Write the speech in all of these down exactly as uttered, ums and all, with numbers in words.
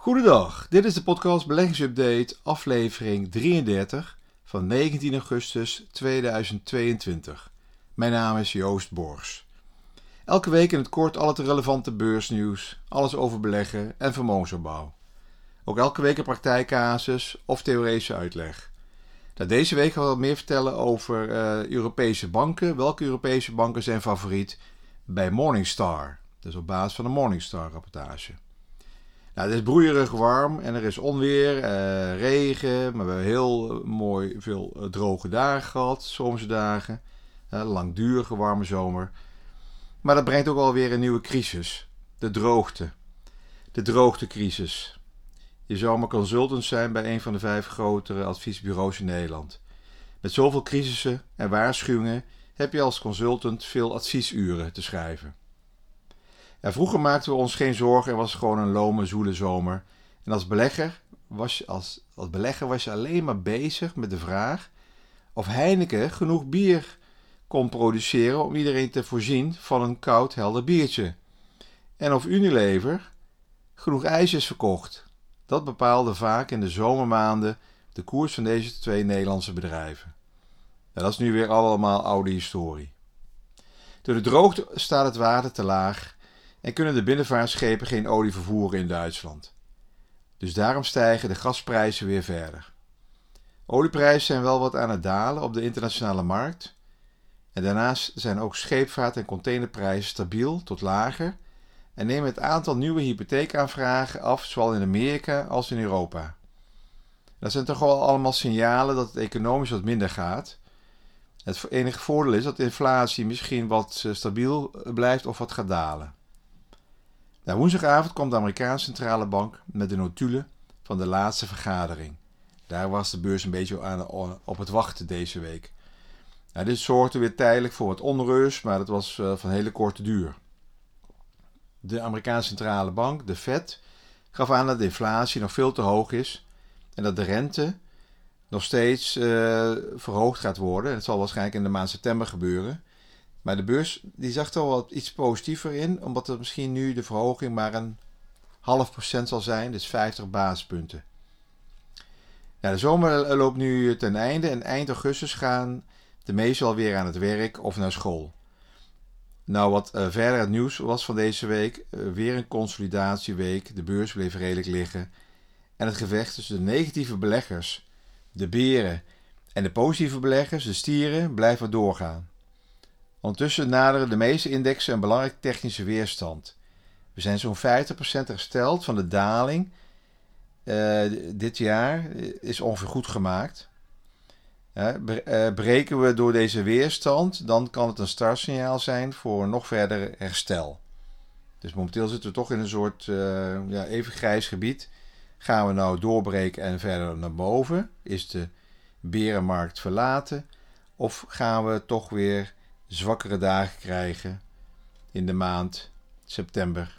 Goedendag, dit is de podcast Beleggingsupdate aflevering drieëndertig van negentien augustus tweeduizend tweeëntwintig. Mijn naam is Joost Borgs. Elke week in het kort al het relevante beursnieuws, alles over beleggen en vermogensopbouw. Ook elke week een praktijkcasus of theoretische uitleg. Nou, deze week gaan we wat meer vertellen over uh, Europese banken. Welke Europese banken zijn favoriet bij Morningstar? Dus op basis van de Morningstar-rapportage. Nou, het is broeierig warm en er is onweer, uh, regen, maar we hebben heel mooi veel uh, droge dagen gehad, zomerdagen, uh, langdurige warme zomer. Maar dat brengt ook alweer een nieuwe crisis, de droogte, de droogtecrisis. Je zou maar consultant zijn bij een van de vijf grotere adviesbureaus in Nederland. Met zoveel crisissen en waarschuwingen heb je als consultant veel adviesuren te schrijven. Ja, vroeger maakten we ons geen zorgen en was het gewoon een lome, zoele zomer. En als belegger, was je, als, als belegger was je alleen maar bezig met de vraag of Heineken genoeg bier kon produceren om iedereen te voorzien van een koud, helder biertje. En of Unilever genoeg ijsjes verkocht. Dat bepaalde vaak in de zomermaanden de koers van deze twee Nederlandse bedrijven. Ja, dat is nu weer allemaal oude historie. Door de droogte staat het water te laag en kunnen de binnenvaartschepen geen olie vervoeren in Duitsland. Dus daarom stijgen de gasprijzen weer verder. Olieprijzen zijn wel wat aan het dalen op de internationale markt. En daarnaast zijn ook scheepvaart- en containerprijzen stabiel tot lager en nemen het aantal nieuwe hypotheekaanvragen af, zowel in Amerika als in Europa. Dat zijn toch wel allemaal signalen dat het economisch wat minder gaat. Het enige voordeel is dat de inflatie misschien wat stabiel blijft of wat gaat dalen. Nou, woensdagavond kwam de Amerikaanse centrale bank met de notulen van de laatste vergadering. Daar was de beurs een beetje aan, op het wachten deze week. Nou, dit zorgde weer tijdelijk voor wat onrust, maar dat was uh, van hele korte duur. De Amerikaanse centrale bank, de Fed, gaf aan dat de inflatie nog veel te hoog is en dat de rente nog steeds uh, verhoogd gaat worden. Het zal waarschijnlijk in de maand september gebeuren. Maar de beurs die zag er wel iets positiever in, omdat er misschien nu de verhoging maar een half procent zal zijn, dus vijftig basispunten. Nou, de zomer loopt nu ten einde en eind augustus gaan de meesten alweer aan het werk of naar school. Nou, wat uh, verder het nieuws was van deze week, uh, weer een consolidatieweek, de beurs bleef redelijk liggen en het gevecht tussen de negatieve beleggers, de beren en de positieve beleggers, de stieren, blijft maar doorgaan. Ondertussen naderen de meeste indexen een belangrijke technische weerstand. We zijn zo'n vijftig procent hersteld van de daling. Uh, dit jaar is ongeveer goed gemaakt. Uh, breken we door deze weerstand, dan kan het een startsignaal zijn voor een nog verder herstel. Dus momenteel zitten we toch in een soort uh, ja, even grijs gebied. Gaan we nou doorbreken en verder naar boven? Is de berenmarkt verlaten? Of gaan we toch weer zwakkere dagen krijgen in de maand september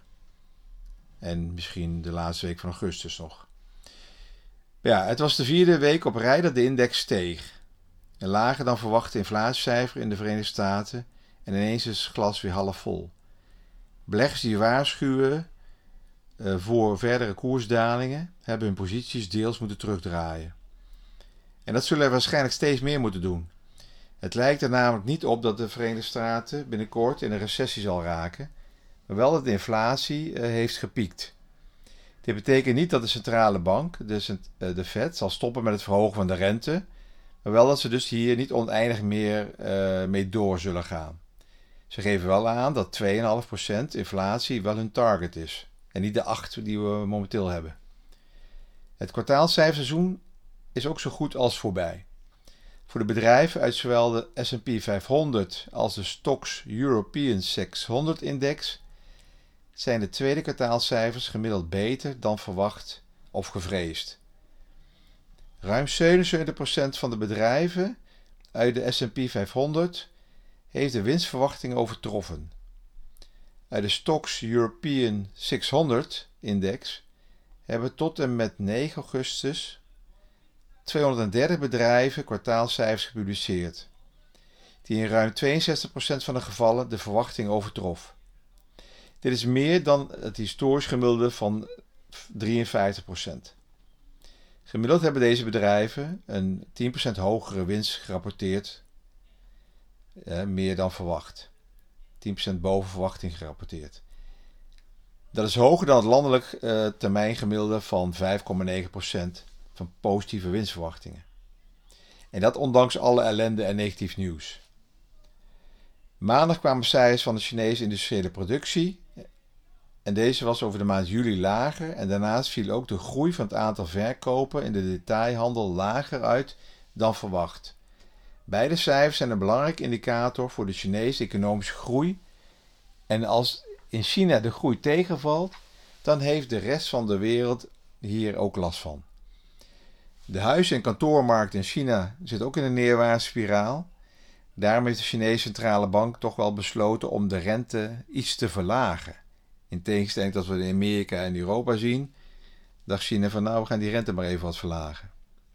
en misschien de laatste week van augustus nog. Ja, het was de vierde week op rij dat de index steeg. Een lager dan verwachte inflatiecijfer in de Verenigde Staten en ineens is het glas weer half vol. Beleggers die waarschuwen uh, voor verdere koersdalingen hebben hun posities deels moeten terugdraaien. En dat zullen er waarschijnlijk steeds meer moeten doen. Het lijkt er namelijk niet op dat de Verenigde Staten binnenkort in een recessie zal raken, maar wel dat de inflatie uh, heeft gepiekt. Dit betekent niet dat de centrale bank, de, uh, de Fed, zal stoppen met het verhogen van de rente, maar wel dat ze dus hier niet oneindig meer uh, mee door zullen gaan. Ze geven wel aan dat twee komma vijf procent inflatie wel hun target is en niet de acht procent die we momenteel hebben. Het kwartaalcijferseizoen is ook zo goed als voorbij. Voor de bedrijven uit zowel de S en P vijfhonderd als de Stoxx European zeshonderd index zijn de tweede kwartaalcijfers gemiddeld beter dan verwacht of gevreesd. Ruim zevenenzeventig procent van de bedrijven uit de S en P vijfhonderd heeft de winstverwachting overtroffen. Uit de Stoxx European zeshonderd index hebben tot en met negen augustus tweehonderddertig bedrijven kwartaalcijfers gepubliceerd, die in ruim tweeënzestig procent van de gevallen de verwachting overtrof. Dit is meer dan het historisch gemiddelde van drieënvijftig procent. Gemiddeld hebben deze bedrijven een tien procent hogere winst gerapporteerd, eh, meer dan verwacht. tien procent boven verwachting gerapporteerd. Dat is hoger dan het landelijk eh, termijngemiddelde van vijf komma negen procent van positieve winstverwachtingen. En dat ondanks alle ellende en negatief nieuws. Maandag kwamen cijfers van de Chinese industriële productie en deze was over de maand juli lager en daarnaast viel ook de groei van het aantal verkopen in de detailhandel lager uit dan verwacht. Beide cijfers zijn een belangrijke indicator voor de Chinese economische groei en als in China de groei tegenvalt, dan heeft de rest van de wereld hier ook last van. De huis- en kantoormarkt in China zit ook in een neerwaartse spiraal. Daarom heeft de Chinese centrale bank toch wel besloten om de rente iets te verlagen. In tegenstelling tot wat we in Amerika en Europa zien, dacht China van nou, we gaan die rente maar even wat verlagen.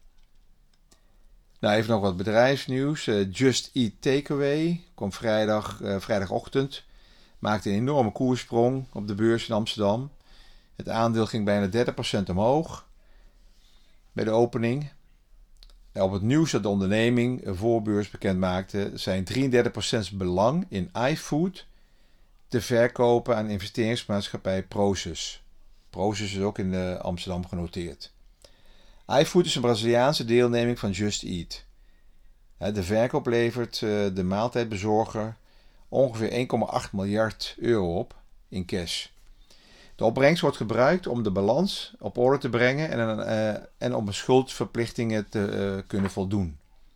Nou, even nog wat bedrijfsnieuws. Uh, Just Eat Takeaway kwam vrijdag, uh, vrijdagochtend, maakte een enorme koerssprong op de beurs in Amsterdam. Het aandeel ging bijna dertig procent omhoog bij de opening. En op het nieuws dat de onderneming een voorbeurs bekend maakte, zijn drieëndertig procent belang in iFood te verkopen aan investeringsmaatschappij Prosus. Prosus is ook in uh, Amsterdam genoteerd. iFood is een Braziliaanse deelneming van Just Eat. De verkoop levert uh, de maaltijdbezorger ongeveer één komma acht miljard euro op in cash. De opbrengst wordt gebruikt om de balans op orde te brengen en, uh, en om schuldverplichtingen te uh, kunnen voldoen.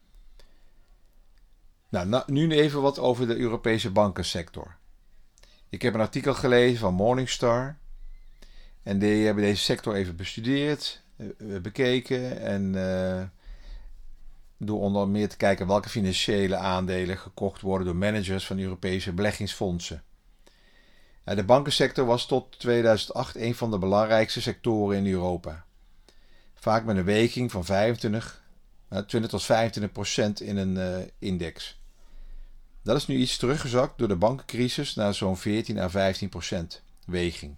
Nou, nou, nu even wat over de Europese bankensector. Ik heb een artikel gelezen van Morningstar en die hebben deze sector even bestudeerd, uh, bekeken en uh, door onder meer te kijken welke financiële aandelen gekocht worden door managers van Europese beleggingsfondsen. De bankensector was tot tweeduizend acht een van de belangrijkste sectoren in Europa. Vaak met een weging van vijfentwintig, twintig tot vijfentwintig procent in een uh, index. Dat is nu iets teruggezakt door de bankencrisis naar zo'n veertien à vijftien procent weging.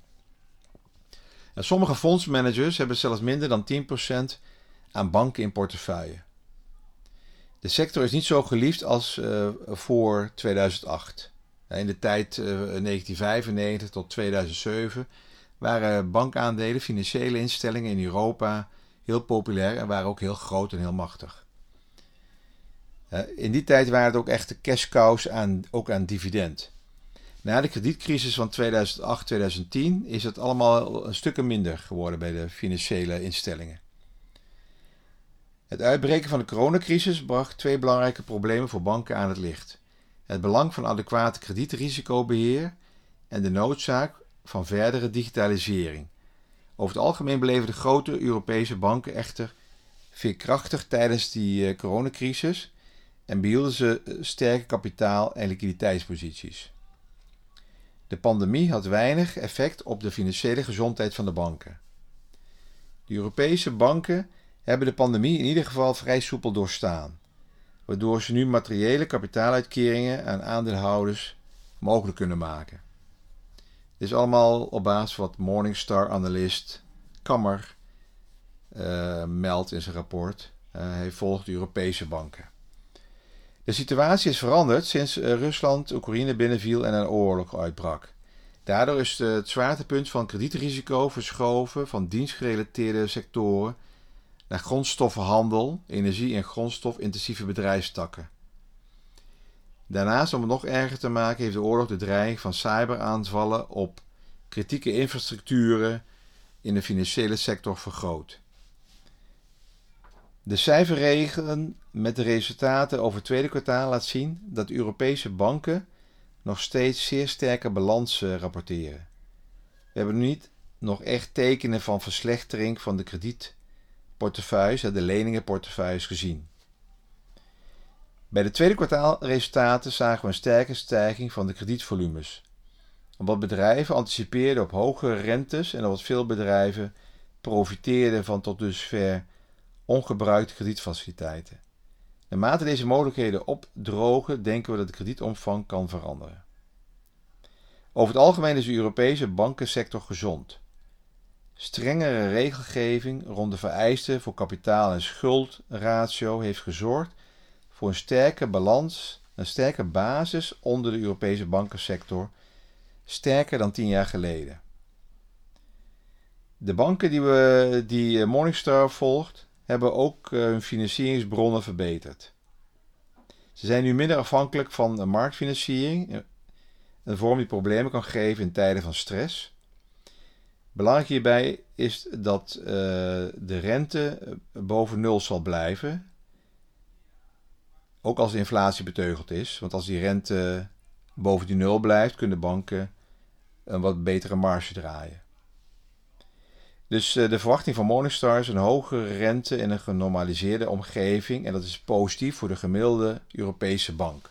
En sommige fondsmanagers hebben zelfs minder dan tien procent aan banken in portefeuille. De sector is niet zo geliefd als uh, voor tweeduizend acht. In de tijd uh, negentien vijfennegentig tot tweeduizend zeven waren bankaandelen, financiële instellingen in Europa heel populair en waren ook heel groot en heel machtig. Uh, in die tijd waren het ook echte cash cows aan, ook aan dividend. Na de kredietcrisis van tweeduizend acht tot tweeduizend tien is het allemaal een stukje minder geworden bij de financiële instellingen. Het uitbreken van de coronacrisis bracht twee belangrijke problemen voor banken aan het licht. Het belang van adequate kredietrisicobeheer en de noodzaak van verdere digitalisering. Over het algemeen bleven de grote Europese banken echter veerkrachtig tijdens die coronacrisis en behielden ze sterke kapitaal- en liquiditeitsposities. De pandemie had weinig effect op de financiële gezondheid van de banken. De Europese banken hebben de pandemie in ieder geval vrij soepel doorstaan, waardoor ze nu materiële kapitaaluitkeringen aan aandeelhouders mogelijk kunnen maken. Dit is allemaal op basis van wat Morningstar-analyst Kammer uh, meldt in zijn rapport. Uh, hij volgt de Europese banken. De situatie is veranderd sinds uh, Rusland Oekraïne binnenviel en een oorlog uitbrak. Daardoor is uh, het zwaartepunt van kredietrisico verschoven van dienstgerelateerde sectoren naar grondstoffenhandel, energie- en grondstofintensieve bedrijfstakken. Daarnaast, om het nog erger te maken, heeft de oorlog de dreiging van cyberaanvallen op kritieke infrastructuren in de financiële sector vergroot. De cijferregelen met de resultaten over het tweede kwartaal laat zien dat Europese banken nog steeds zeer sterke balansen rapporteren. We hebben nu niet nog echt tekenen van verslechtering van de kredietportefeuilles, de leningenportefeuilles, gezien. Bij de tweede kwartaalresultaten zagen we een sterke stijging van de kredietvolumes, omdat bedrijven anticipeerden op hogere rentes en omdat veel bedrijven profiteerden van tot dusver ongebruikte kredietfaciliteiten. Naarmate deze mogelijkheden opdrogen, denken we dat de kredietomvang kan veranderen. Over het algemeen is de Europese bankensector gezond. Strengere regelgeving rond de vereisten voor kapitaal- en schuldratio heeft gezorgd voor een sterke balans, een sterke basis onder de Europese bankensector, sterker dan tien jaar geleden. De banken die, we, die Morningstar volgt, hebben ook hun financieringsbronnen verbeterd. Ze zijn nu minder afhankelijk van de marktfinanciering, een vorm die problemen kan geven in tijden van stress. Belangrijk hierbij is dat uh, de rente boven nul zal blijven, ook als de inflatie beteugeld is. Want als die rente boven die nul blijft, kunnen banken een wat betere marge draaien. Dus uh, de verwachting van Morningstar is een hogere rente in een genormaliseerde omgeving en dat is positief voor de gemiddelde Europese bank.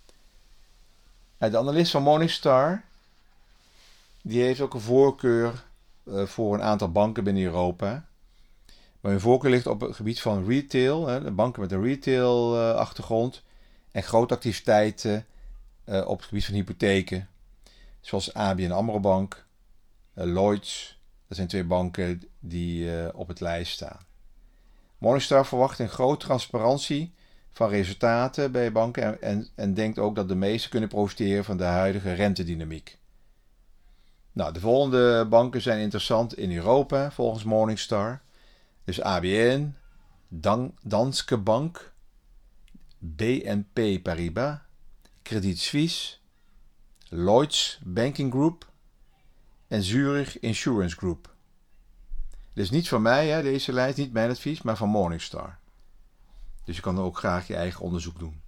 De analist van Morningstar die heeft ook een voorkeur uh, voor een aantal banken binnen Europa. Maar hun voorkeur ligt op het gebied van retail, hè, de banken met een retail uh, achtergrond en grote activiteiten uh, op het gebied van hypotheken, zoals A B N AMRO Bank, uh, Lloyds. Dat zijn twee banken die uh, op het lijst staan. Morningstar verwacht een grote transparantie van resultaten bij banken en, en, en denkt ook dat de meesten kunnen profiteren van de huidige rentedynamiek. Nou, de volgende banken zijn interessant in Europa volgens Morningstar. Dus A B N, Dan, Danske Bank, B N P Paribas, Credit Suisse, Lloyds Banking Group en Zurich Insurance Group. Dus niet van mij, hè, deze lijst, niet mijn advies, maar van Morningstar. Dus je kan ook graag je eigen onderzoek doen.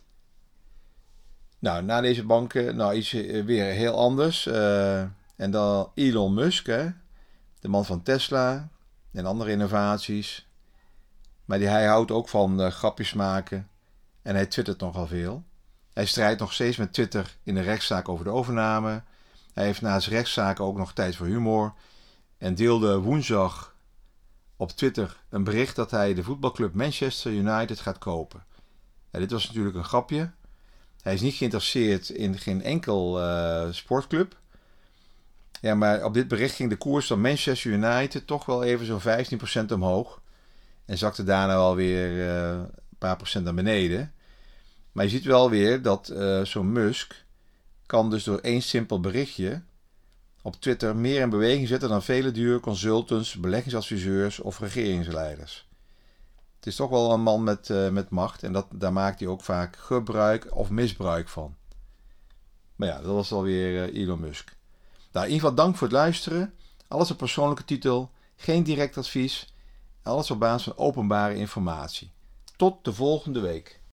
Nou, na deze banken, nou iets weer heel anders. Uh, en dan Elon Musk, hè, de man van Tesla en andere innovaties. Maar die, hij houdt ook van uh, grapjes maken en hij twittert nogal veel. Hij strijdt nog steeds met Twitter in de rechtszaak over de overname. Hij heeft naast rechtszaken ook nog tijd voor humor en deelde woensdag op Twitter een bericht dat hij de voetbalclub Manchester United gaat kopen. Ja, dit was natuurlijk een grapje. Hij is niet geïnteresseerd in geen enkel uh, sportclub. Ja, maar op dit bericht ging de koers van Manchester United toch wel even zo'n vijftien procent omhoog. En zakte daarna wel weer uh, een paar procent naar beneden. Maar je ziet wel weer dat uh, zo'n Musk kan dus door één simpel berichtje op Twitter meer in beweging zetten dan vele dure consultants, beleggingsadviseurs of regeringsleiders. Het is toch wel een man met, uh, met macht en dat, daar maakt hij ook vaak gebruik of misbruik van. Maar ja, dat was alweer uh, Elon Musk. Nou, in ieder geval dank voor het luisteren. Alles op persoonlijke titel, geen direct advies. Alles op basis van openbare informatie. Tot de volgende week.